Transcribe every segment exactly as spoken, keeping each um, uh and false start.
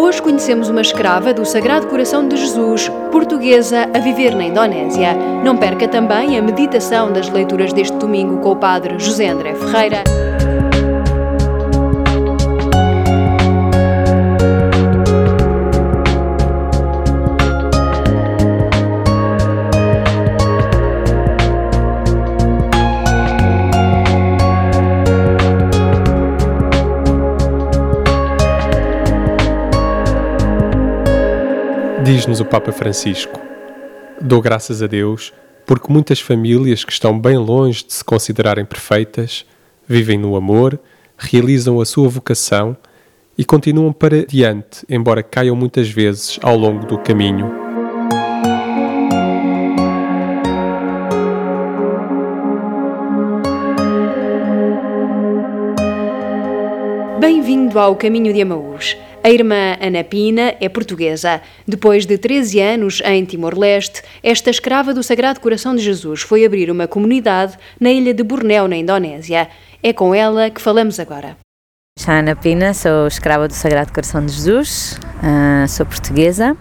Hoje conhecemos uma escrava do Sagrado Coração de Jesus, portuguesa, a viver na Indonésia. Não perca também a meditação das leituras deste domingo com o Padre José André Ferreira. Diz-nos o Papa Francisco: dou graças a Deus porque muitas famílias que estão bem longe de se considerarem perfeitas vivem no amor, realizam a sua vocação e continuam para diante, embora caiam muitas vezes ao longo do caminho. Bem-vindo ao Caminho de Emaús. A irmã Ana Pina é portuguesa. Depois de treze anos em Timor-Leste, esta escrava do Sagrado Coração de Jesus foi abrir uma comunidade na ilha de Bornéu, na Indonésia. É com ela que falamos agora. Sou Ana Pina, sou escrava do Sagrado Coração de Jesus, uh, sou portuguesa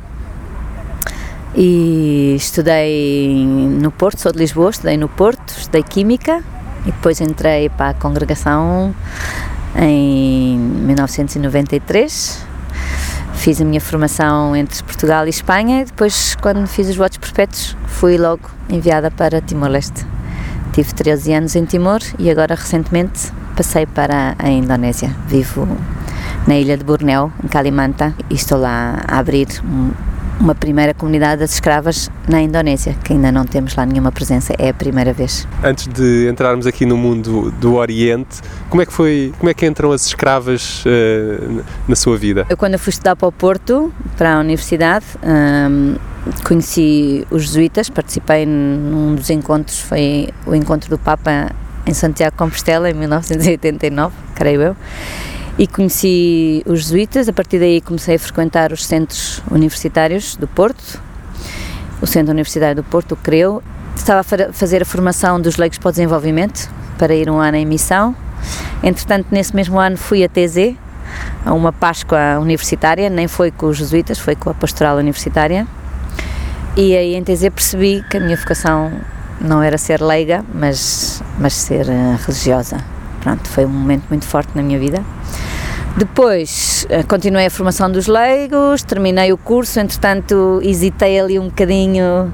e estudei no Porto, sou de Lisboa, estudei no Porto, estudei Química e depois entrei para a congregação em mil novecentos e noventa e três. Fiz a minha formação entre Portugal e Espanha e depois, quando fiz os votos perpétuos, fui logo enviada para Timor-Leste. Tive treze anos em Timor e agora, recentemente, passei para a Indonésia. Vivo na ilha de Bornéu, em Kalimantan, e estou lá a abrir um, uma primeira comunidade das escravas na Indonésia, que ainda não temos lá nenhuma presença, é a primeira vez. Antes de entrarmos aqui no mundo do Oriente, como é que foi, como é que entram as escravas uh, na sua vida? Eu, quando eu fui estudar para o Porto, para a universidade, um, conheci os jesuítas, participei num dos encontros, foi o encontro do Papa em Santiago de Compostela, em mil novecentos e oitenta e nove, creio eu. E conheci os jesuítas. A partir daí comecei a frequentar os centros universitários do Porto, o Centro Universitário do Porto, o CREU. Estava a fazer a formação dos leigos para o desenvolvimento, para ir um ano em missão. Entretanto, nesse mesmo ano fui a T Z, a uma Páscoa universitária, nem foi com os jesuítas, foi com a pastoral universitária. E aí em T Z percebi que a minha vocação não era ser leiga, mas, mas ser uh, religiosa. Pronto, foi um momento muito forte na minha vida. Depois continuei a formação dos leigos, terminei o curso, entretanto hesitei ali um bocadinho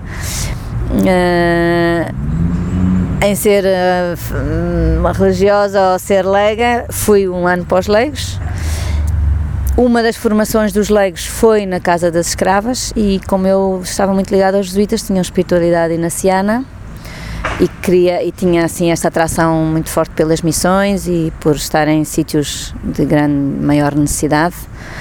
uh, em ser uh, uma religiosa ou ser leiga. Fui um ano para os leigos. Uma das formações dos leigos foi na Casa das Escravas e, como eu estava muito ligada aos jesuítas, tinham espiritualidade inaciana e queria e tinha assim esta atração muito forte pelas missões e por estar em sítios de grande maior necessidade.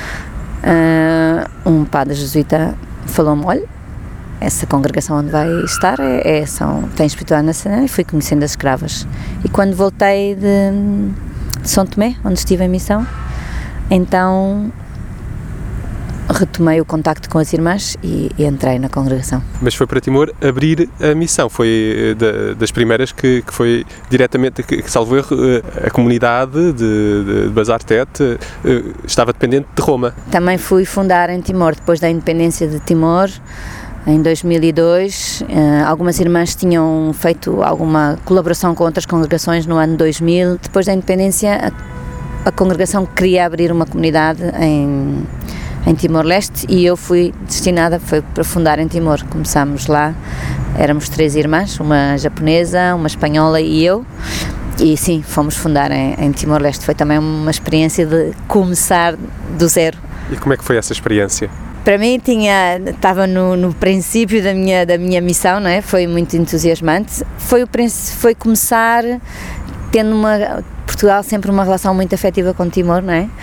Uh, um padre jesuíta falou-me: olha, essa congregação onde vai estar é, é, são, tem espiritualidade nacional, e fui conhecendo as escravas. E quando voltei de, de São Tomé, onde estive em missão, então retomei o contacto com as irmãs e, e entrei na congregação. Mas foi para Timor abrir a missão, foi da, das primeiras que, que foi diretamente, que, que salvou a comunidade de, de Bazar Tete, estava dependente de Roma. Também fui fundar em Timor, depois da independência de Timor, em dois mil e dois, algumas irmãs tinham feito alguma colaboração com outras congregações no ano dois mil. Depois da independência, a, a congregação queria abrir uma comunidade em em Timor-Leste e eu fui destinada, foi para fundar em Timor. Começámos lá, éramos três irmãs, uma japonesa, uma espanhola e eu, e sim, fomos fundar em, em Timor-Leste. Foi também uma experiência de começar do zero. E como é que foi essa experiência? Para mim tinha, estava no, no princípio da minha, da minha missão, não é? Foi muito entusiasmante. Foi, o, foi começar tendo uma, Portugal sempre uma relação muito afetiva com Timor, não é?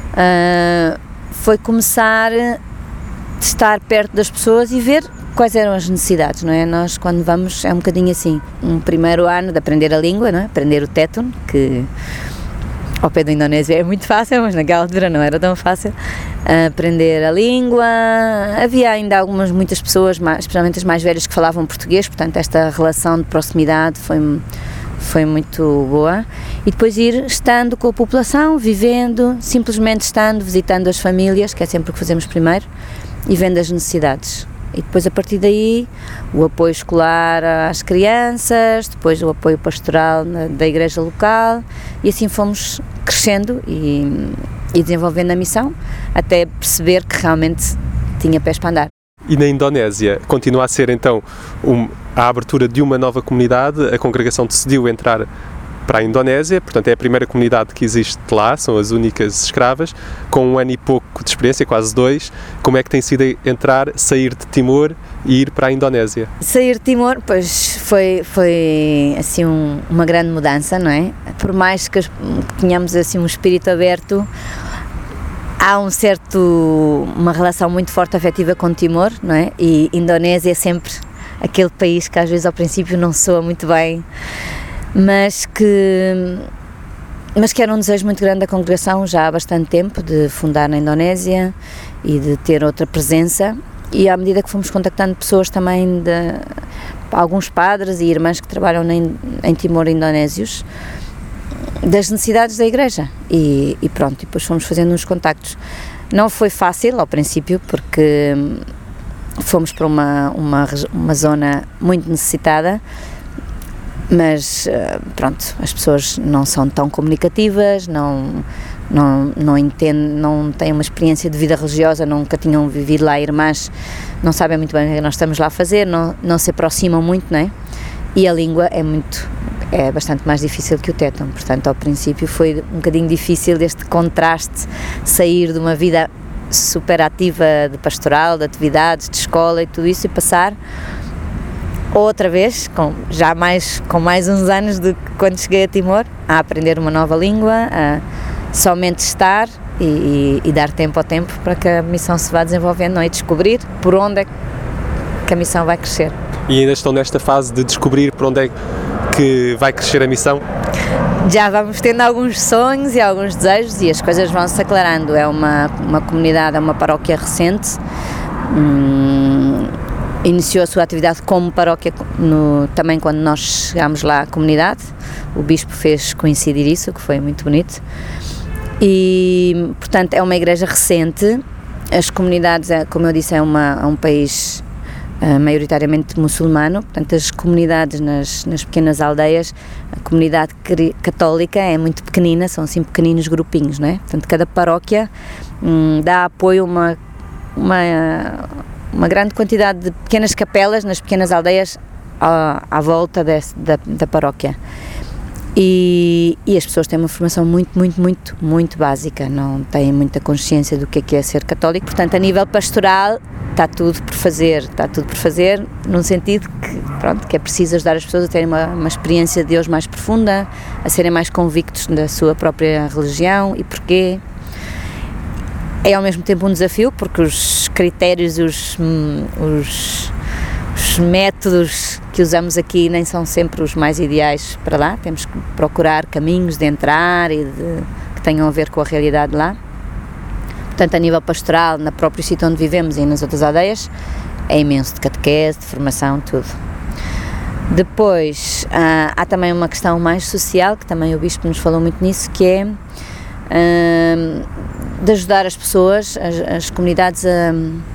Uh, foi começar a estar perto das pessoas e ver quais eram as necessidades, não é? Nós, quando vamos, é um bocadinho assim, um primeiro ano de aprender a língua, não é? Aprender o téton, que ao pé do Indonésia é muito fácil, mas naquela altura não era tão fácil. Aprender a língua, havia ainda algumas, muitas pessoas, especialmente as mais velhas, que falavam português, portanto esta relação de proximidade foi, foi muito boa. e depois ir estando com a população, vivendo, simplesmente estando, visitando as famílias, que é sempre o que fazemos primeiro, e vendo as necessidades. E depois, a partir daí, o apoio escolar às crianças, depois o apoio pastoral na, da igreja local, e assim fomos crescendo e, e desenvolvendo a missão, até perceber que realmente tinha pés para andar. E na Indonésia continua a ser então um, a abertura de uma nova comunidade, a congregação decidiu entrar para a Indonésia, portanto é a primeira comunidade que existe lá, são as únicas escravas, com um ano e pouco de experiência, quase dois. Como é que tem sido entrar, sair de Timor e ir para a Indonésia? Sair de Timor, pois foi, foi assim um, uma grande mudança, não é? Por mais que, que tenhamos assim um espírito aberto, há um certo, uma relação muito forte afetiva com Timor, não é? E Indonésia é sempre aquele país que às vezes ao princípio não soa muito bem, mas que, mas que era um desejo muito grande da congregação já há bastante tempo, de fundar na Indonésia e de ter outra presença, e à medida que fomos contactando pessoas também, de alguns padres e irmãs que trabalham em, em Timor indonésios, das necessidades da igreja, e, e pronto, e depois fomos fazendo uns contactos. Não foi fácil ao princípio, porque fomos para uma, uma, uma zona muito necessitada, mas pronto, as pessoas não são tão comunicativas, não, não, não entendem, não têm uma experiência de vida religiosa, nunca tinham vivido lá irmãs, não sabem muito bem o que nós estamos lá a fazer, não, não se aproximam muito, não é? E a língua é muito, é bastante mais difícil que o téton, portanto ao princípio foi um bocadinho difícil este contraste, sair de uma vida super ativa de pastoral, de atividades, de escola e tudo isso, e passar outra vez, com, já mais, com mais uns anos do que quando cheguei a Timor, a aprender uma nova língua, a somente estar e, e, e dar tempo ao tempo para que a missão se vá desenvolvendo, não é? E descobrir por onde é que a missão vai crescer. E ainda estão nesta fase de descobrir por onde é que vai crescer a missão? Já vamos tendo alguns sonhos e alguns desejos e as coisas vão se aclarando. É uma, uma comunidade, é uma paróquia recente, hum, iniciou a sua atividade como paróquia no, também quando nós chegámos lá à comunidade, o bispo fez coincidir isso, que foi muito bonito, e portanto é uma igreja recente. As comunidades, como eu disse, é, uma, é um país uh, maioritariamente muçulmano, portanto as comunidades nas, nas pequenas aldeias, a comunidade católica é muito pequenina, são assim pequeninos grupinhos, não é? Portanto cada paróquia hum, dá apoio a uma, uma, uma grande quantidade de pequenas capelas nas pequenas aldeias à, à volta desse, da, da paróquia. E, e as pessoas têm uma formação muito, muito, muito, muito básica, não têm muita consciência do que é, que é ser católico, portanto a nível pastoral está tudo por fazer, está tudo por fazer num sentido que, pronto, que é preciso ajudar as pessoas a terem uma, uma experiência de Deus mais profunda, a serem mais convictos da sua própria religião e porquê. É ao mesmo tempo um desafio, porque os critérios, os, os, os métodos que usamos aqui nem são sempre os mais ideais para lá, temos que procurar caminhos de entrar e de, que tenham a ver com a realidade lá. Portanto, a nível pastoral, no próprio sítio onde vivemos e nas outras aldeias, é imenso, de catequese, de formação, tudo. Depois, há, há também uma questão mais social, que também o Bispo nos falou muito nisso, que é hum, de ajudar as pessoas, as, as comunidades a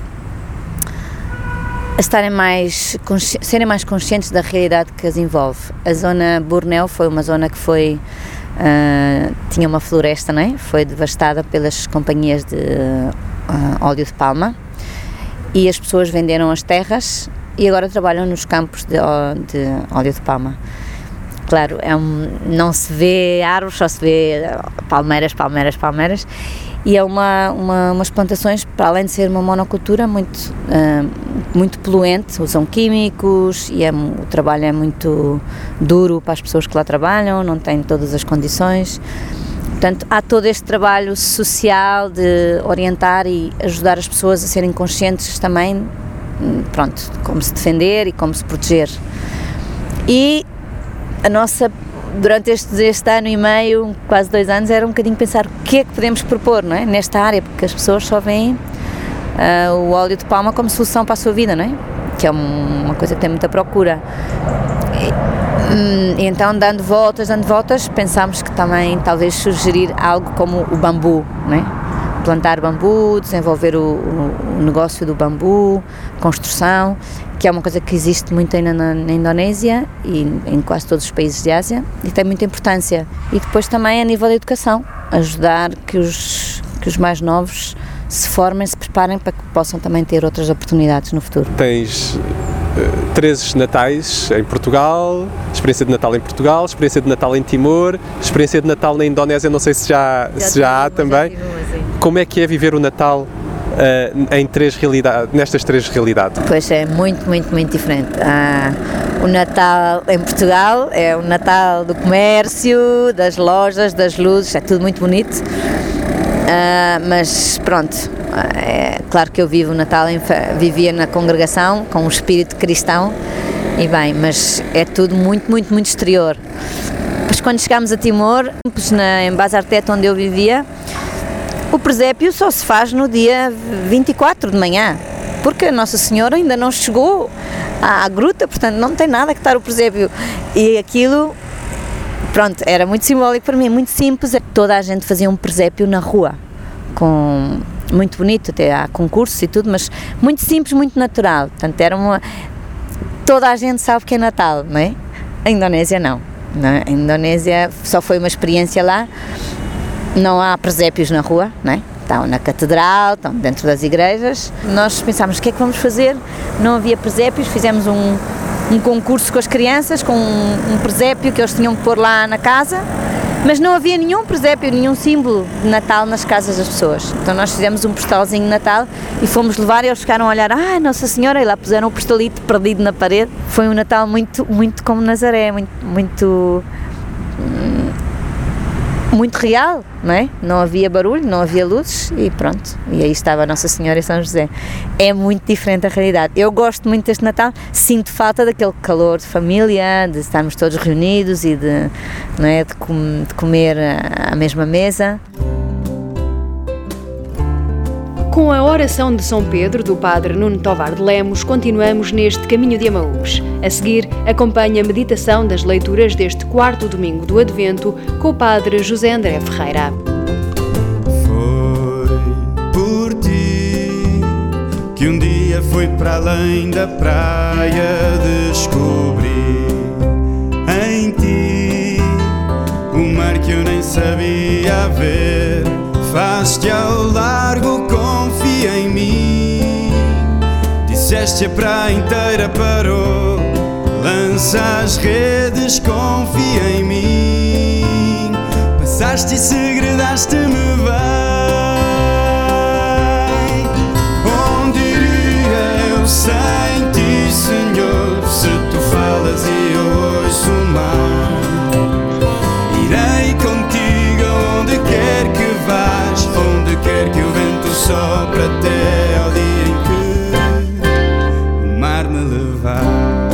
a estarem mais, serem mais conscientes da realidade que as envolve. A zona Bornéu foi uma zona que foi, uh, tinha uma floresta, não é? Foi devastada pelas companhias de uh, óleo de palma e as pessoas venderam as terras e agora trabalham nos campos de, de óleo de palma. Claro, é um, não se vê árvores, só se vê palmeiras, palmeiras, palmeiras. E é uma, uma, umas plantações, para além de ser uma monocultura, muito, uh, muito poluente, usam químicos e é, o trabalho é muito duro para as pessoas que lá trabalham, não têm todas as condições. Portanto, há todo este trabalho social de orientar e ajudar as pessoas a serem conscientes também, pronto, como se defender e como se proteger. E a nossa... Durante este, este ano e meio, quase dois anos, era um bocadinho pensar o que é que podemos propor, não é? Nesta área, porque as pessoas só veem uh, o óleo de palma como solução para a sua vida, não é? Que é uma coisa que tem muita procura. Hum, então, dando voltas, dando voltas, pensámos que também talvez sugerir algo como o bambu, né? Plantar bambu, desenvolver o, o, o negócio do bambu, construção, que é uma coisa que existe muito ainda na, na Indonésia e em quase todos os países de Ásia e tem muita importância. E depois também a nível da educação, ajudar que os, que os mais novos se formem, se preparem para que possam também ter outras oportunidades no futuro. Tens uh, treze natais em Portugal, experiência de Natal em Portugal, experiência de Natal em Timor, experiência de Natal na Indonésia, não sei se já, já, se já há também. Já tive, como é que é viver o Natal uh, em três realidades, nestas três realidades? Pois é, muito, muito, muito diferente. Ah, o Natal em Portugal é o Natal do comércio, das lojas, das luzes, é tudo muito bonito. Uh, mas pronto, é claro que eu vivo o Natal, em, vivia na congregação com um espírito cristão e bem, mas é tudo muito, muito, muito exterior. Depois quando chegámos a Timor, na, em Bazartete onde eu vivia, o presépio só se faz no dia vinte e quatro de manhã, porque a Nossa Senhora ainda não chegou à, à gruta, portanto não tem nada que estar o presépio e aquilo... Pronto, era muito simbólico para mim, muito simples. Toda a gente fazia um presépio na rua, com, muito bonito, até há concursos e tudo, mas muito simples, muito natural. Portanto, era uma... Toda a gente sabe que é Natal, não é? A Indonésia não. não é? A Indonésia só foi uma experiência lá, não há presépios na rua, não é? Estão na catedral, estão dentro das igrejas. Nós pensámos, o que é que vamos fazer? Não havia presépios, fizemos um... um concurso com as crianças, com um, um presépio que eles tinham que pôr lá na casa, mas não havia nenhum presépio, nenhum símbolo de Natal nas casas das pessoas. Então nós fizemos um postalzinho de Natal e fomos levar e eles ficaram a olhar, ah, Nossa Senhora, e lá puseram o postalito perdido na parede. Foi um Natal muito, muito como Nazaré, muito, muito, muito real, não é? Não havia barulho, não havia luzes e pronto, e aí estava a Nossa Senhora e São José. É muito diferente a realidade. Eu gosto muito deste Natal, sinto falta daquele calor de família, de estarmos todos reunidos e de, não é, de, com, de comer à mesma mesa. Com a oração de São Pedro, do padre Nuno Tovar de Lemos, continuamos neste caminho de Emaús. A seguir, acompanha a meditação das leituras deste quarto domingo do Advento com o padre José André Ferreira. Foi por ti que um dia fui para além da praia, descobri em ti o mar que eu nem sabia ver. Faz-te ao largo, confia em mim. Disseste a praia inteira parou. Lança as redes, confia em mim. Passaste e segredaste-me bem. Onde iria eu sem ti, Senhor? Se tu falas e eu ouço o mar. Irei contigo onde quer que vais, onde quer que o vento sopre, até ao dia em que o mar me levar.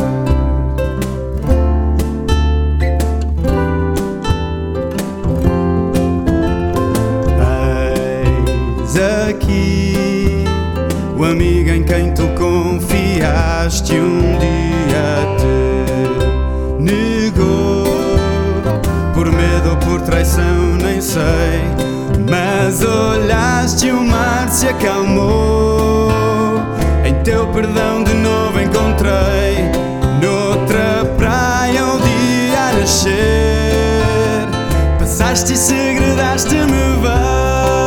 Eis aqui o amigo em quem tu confiaste, um dia te negou, por medo ou por traição, nem sei, mas olhaste e o mar se acalmou. Em teu perdão de novo encontrei, noutra praia o dia a nascer. Passaste e segredaste-me bem.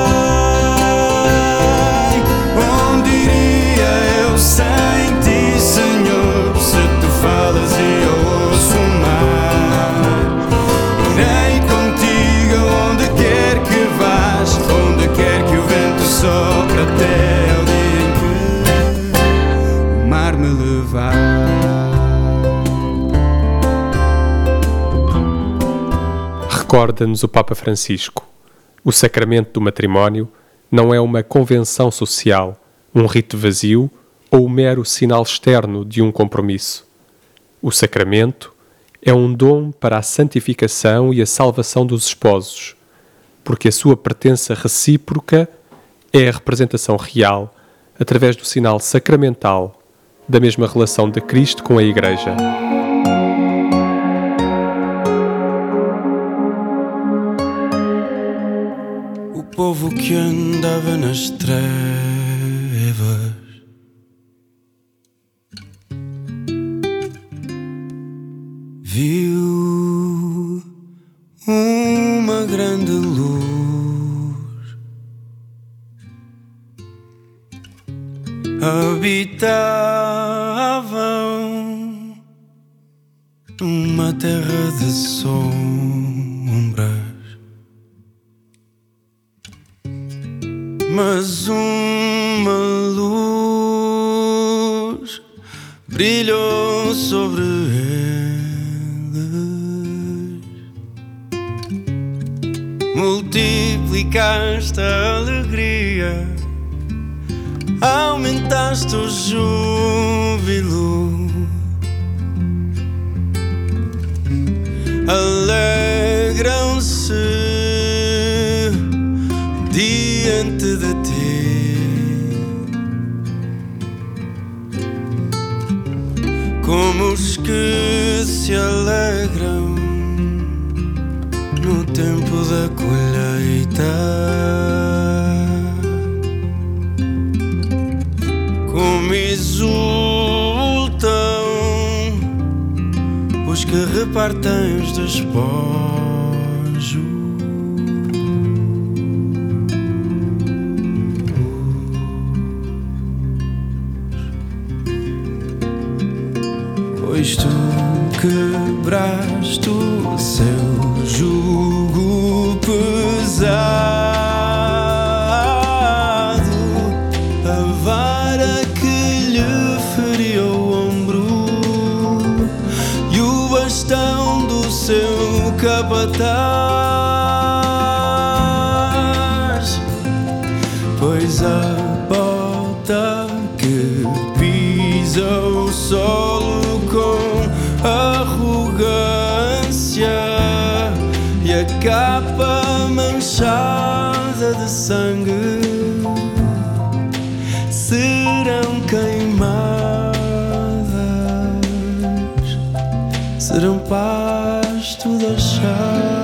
Onde iria eu sem ti, Senhor? Se tu falas e eu ouço o mar. Irei contigo onde quer que vás, onde quer que o vento sopre, até ao dia em que o mar me levar. Recorda-nos o Papa Francisco: o sacramento do matrimónio não é uma convenção social, um rito vazio ou um mero sinal externo de um compromisso. O sacramento é um dom para a santificação e a salvação dos esposos, porque a sua pertença recíproca é a representação real, através do sinal sacramental, da mesma relação de Cristo com a Igreja. povo que andava nas trevas viu uma grande luz. Habitavam numa terra de sombras, mas uma luz brilhou sobre eles. Multiplicaste a alegria, aumentaste o júbilo. Alegram-se diante de ti, como os que se alegram no tempo da colheita, como exultam os que repartem os despojos. Pois tu quebraste o seu jugo pesado, a vara que lhe feria o ombro e o bastão do seu capataz. Pois a bota que pisa o solo com arrogância e a capa manchada de sangue serão queimadas, serão pasto das chamas.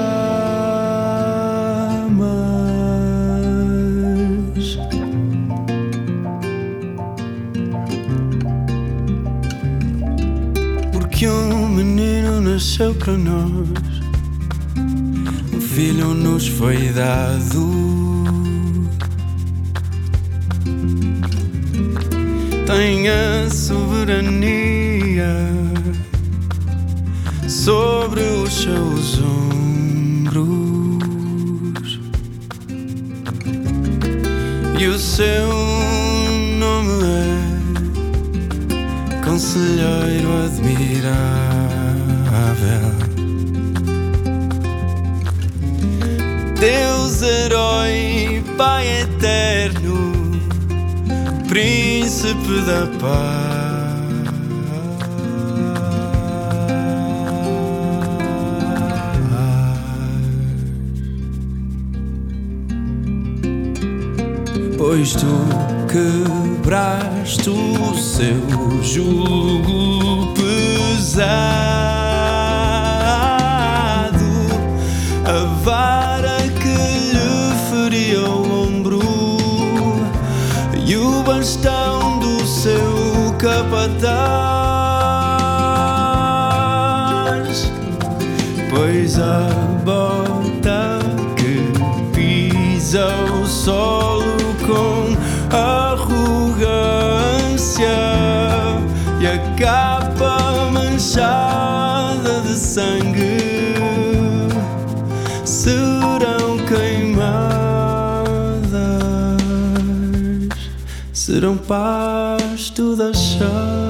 Que um menino nasceu para nós, um filho nos foi dado. Tem a soberania sobre os seus ombros e o seu nome é Conselheiro admirável, Deus herói, Pai eterno, Príncipe da paz. Pois tu quebraste o seu jugo pesado, a vara que lhe feria o ombro e o bastão do seu capataz. Pois a bota que pisa o solo com arrogância e a capa manchada de sangue serão queimadas, serão pasto das chamas.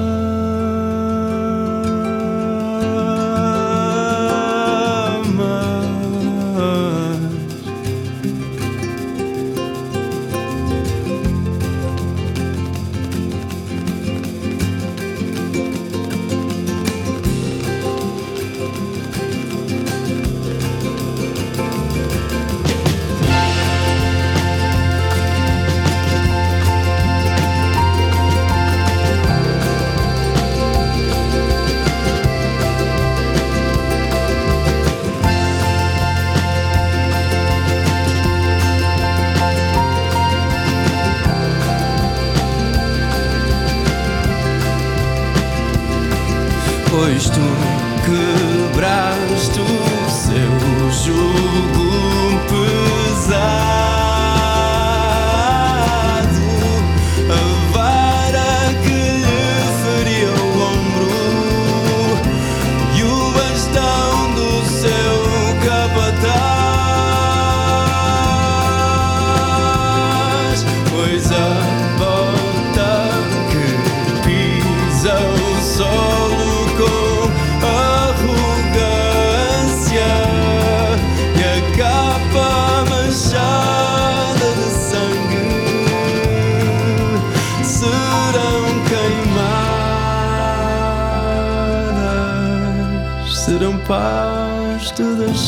debaixo das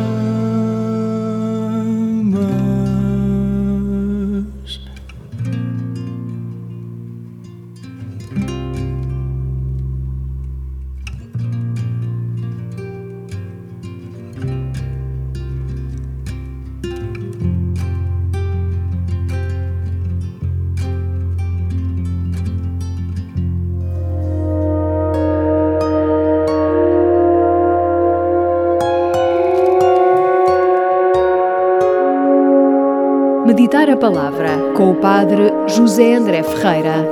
chamas. Meditar a Palavra, com o Padre José André Ferreira.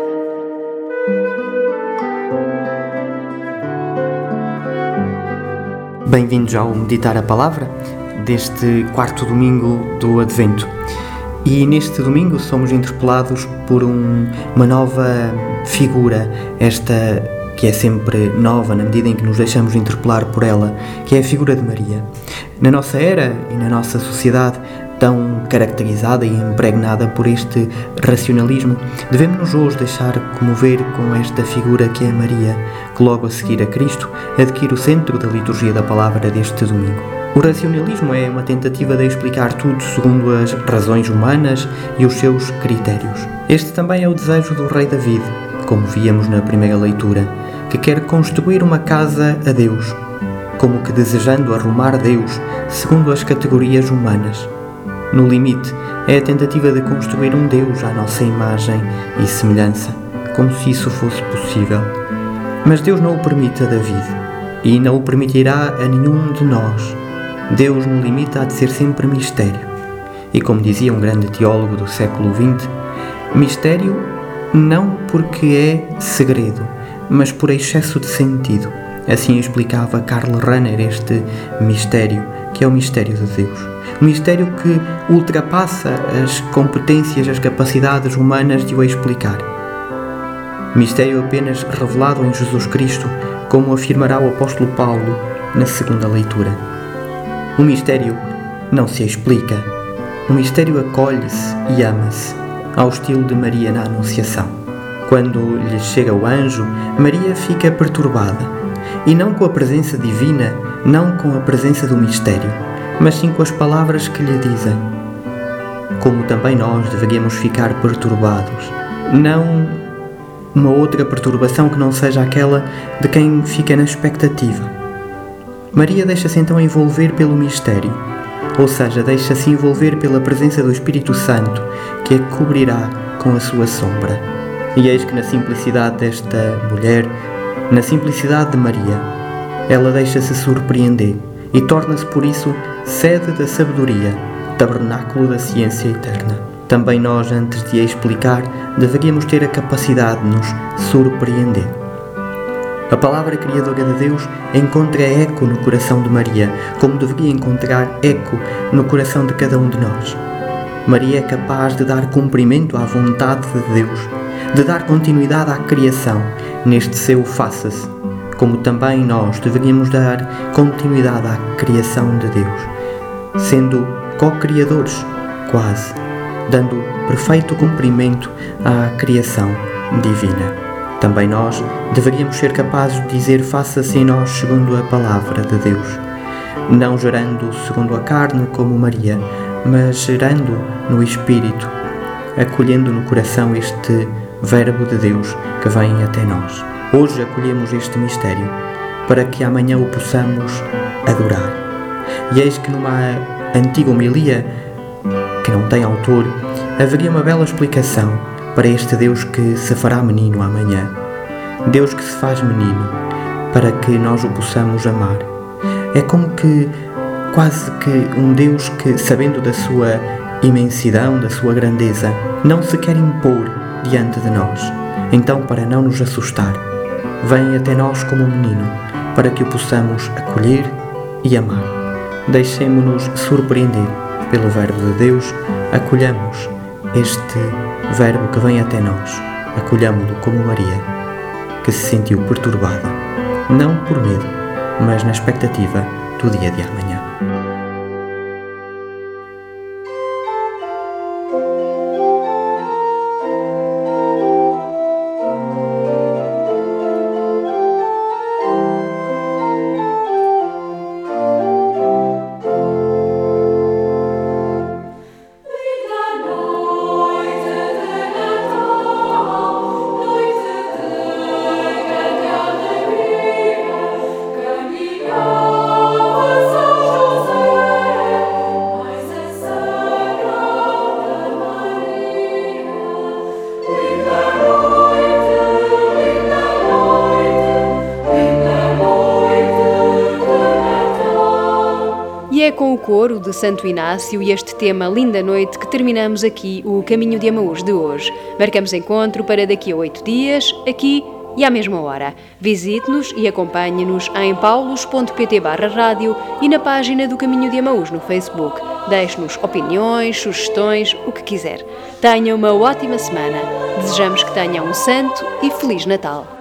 Bem-vindos ao Meditar a Palavra, deste quarto domingo do Advento. E neste domingo somos interpelados por um, uma nova figura, esta que é sempre nova na medida em que nos deixamos interpelar por ela, que é a figura de Maria. Na nossa era e na nossa sociedade tão caracterizada e impregnada por este racionalismo, devemos-nos hoje deixar comover com esta figura que é Maria, que logo a seguir a Cristo adquire o centro da liturgia da palavra deste domingo. O racionalismo é uma tentativa de explicar tudo segundo as razões humanas e os seus critérios. Este também é o desejo do rei David, como víamos na primeira leitura, que quer construir uma casa a Deus, como que desejando arrumar Deus segundo as categorias humanas. No limite, é a tentativa de construir um Deus à nossa imagem e semelhança, como se isso fosse possível. Mas Deus não o permite a David, e não o permitirá a nenhum de nós. Deus, no limite, há de ser sempre mistério. E como dizia um grande teólogo do século vinte, mistério não porque é segredo, mas por excesso de sentido. Assim explicava Karl Rahner este mistério, que é o mistério de Deus. Um mistério que ultrapassa as competências, as capacidades humanas de o explicar. Mistério apenas revelado em Jesus Cristo, como afirmará o apóstolo Paulo na segunda leitura. O mistério não se explica. O mistério acolhe-se e ama-se, ao estilo de Maria na Anunciação. Quando lhe chega o anjo, Maria fica perturbada, e não com a presença divina, não com a presença do mistério, mas sim com as palavras que lhe dizem. Como também nós deveríamos ficar perturbados, não uma outra perturbação que não seja aquela de quem fica na expectativa. Maria deixa-se então envolver pelo mistério, ou seja, deixa-se envolver pela presença do Espírito Santo, que a cobrirá com a sua sombra. E eis que na simplicidade desta mulher, na simplicidade de Maria, ela deixa-se surpreender e torna-se por isso sede da sabedoria, tabernáculo da ciência eterna. Também nós, antes de a explicar, deveríamos ter a capacidade de nos surpreender. A palavra criadora de Deus encontra eco no coração de Maria, como deveria encontrar eco no coração de cada um de nós. Maria é capaz de dar cumprimento à vontade de Deus, de dar continuidade à criação, neste seu faça-se, como também nós deveríamos dar continuidade à criação de Deus, sendo co-criadores, quase, dando perfeito cumprimento à criação divina. Também nós deveríamos ser capazes de dizer faça-se em nós segundo a palavra de Deus, não gerando segundo a carne como Maria, mas gerando no Espírito, acolhendo no coração este Verbo de Deus que vem até nós. Hoje acolhemos este mistério para que amanhã o possamos adorar. E eis que numa antiga homilia, que não tem autor, haveria uma bela explicação para este Deus que se fará menino amanhã. Deus que se faz menino para que nós o possamos amar. É como que, quase que um Deus que, sabendo da sua imensidão, da sua grandeza, não se quer impor diante de nós. Então, para não nos assustar, vem até nós como um menino, para que o possamos acolher e amar. Deixemo-nos surpreender pelo Verbo de Deus, acolhamos este Verbo que vem até nós, acolhamo-lo como Maria, que se sentiu perturbada, não por medo, mas na expectativa do dia de amanhã. é com o coro de Santo Inácio e este tema Linda Noite que terminamos aqui o Caminho de Emaús de hoje. Marcamos encontro para daqui a oito dias, aqui e à mesma hora. Visite-nos e acompanhe-nos em paulos.pt barra rádio e na página do Caminho de Emaús no Facebook. Deixe-nos opiniões, sugestões, o que quiser. Tenha uma ótima semana. Desejamos que tenha um santo e feliz Natal.